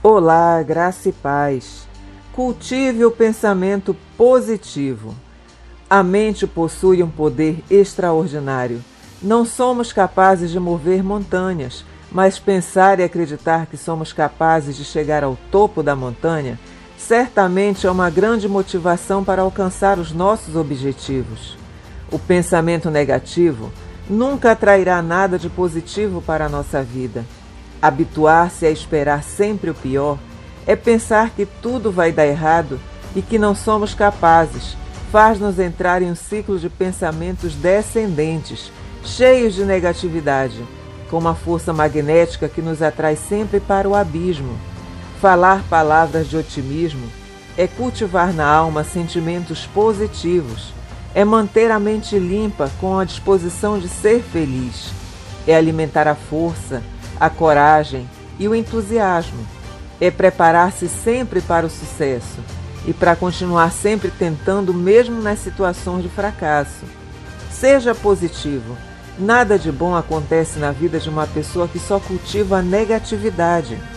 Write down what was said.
Olá, graça e paz. Cultive o pensamento positivo. A mente possui um poder extraordinário. Não somos capazes de mover montanhas, mas pensar e acreditar que somos capazes de chegar ao topo da montanha certamente é uma grande motivação para alcançar os nossos objetivos. O pensamento negativo nunca atrairá nada de positivo para a nossa vida. Habituar-se a esperar sempre o pior é pensar que tudo vai dar errado e que não somos capazes. Faz-nos entrar em um ciclo de pensamentos descendentes, cheios de negatividade, com uma força magnética que nos atrai sempre para o abismo. Falar palavras de otimismo é cultivar na alma sentimentos positivos, é manter a mente limpa com a disposição de ser feliz, é alimentar a força, a coragem e o entusiasmo, é preparar-se sempre para o sucesso e para continuar sempre tentando mesmo nas situações de fracasso. Seja positivo. Nada de bom acontece na vida de uma pessoa que só cultiva a negatividade.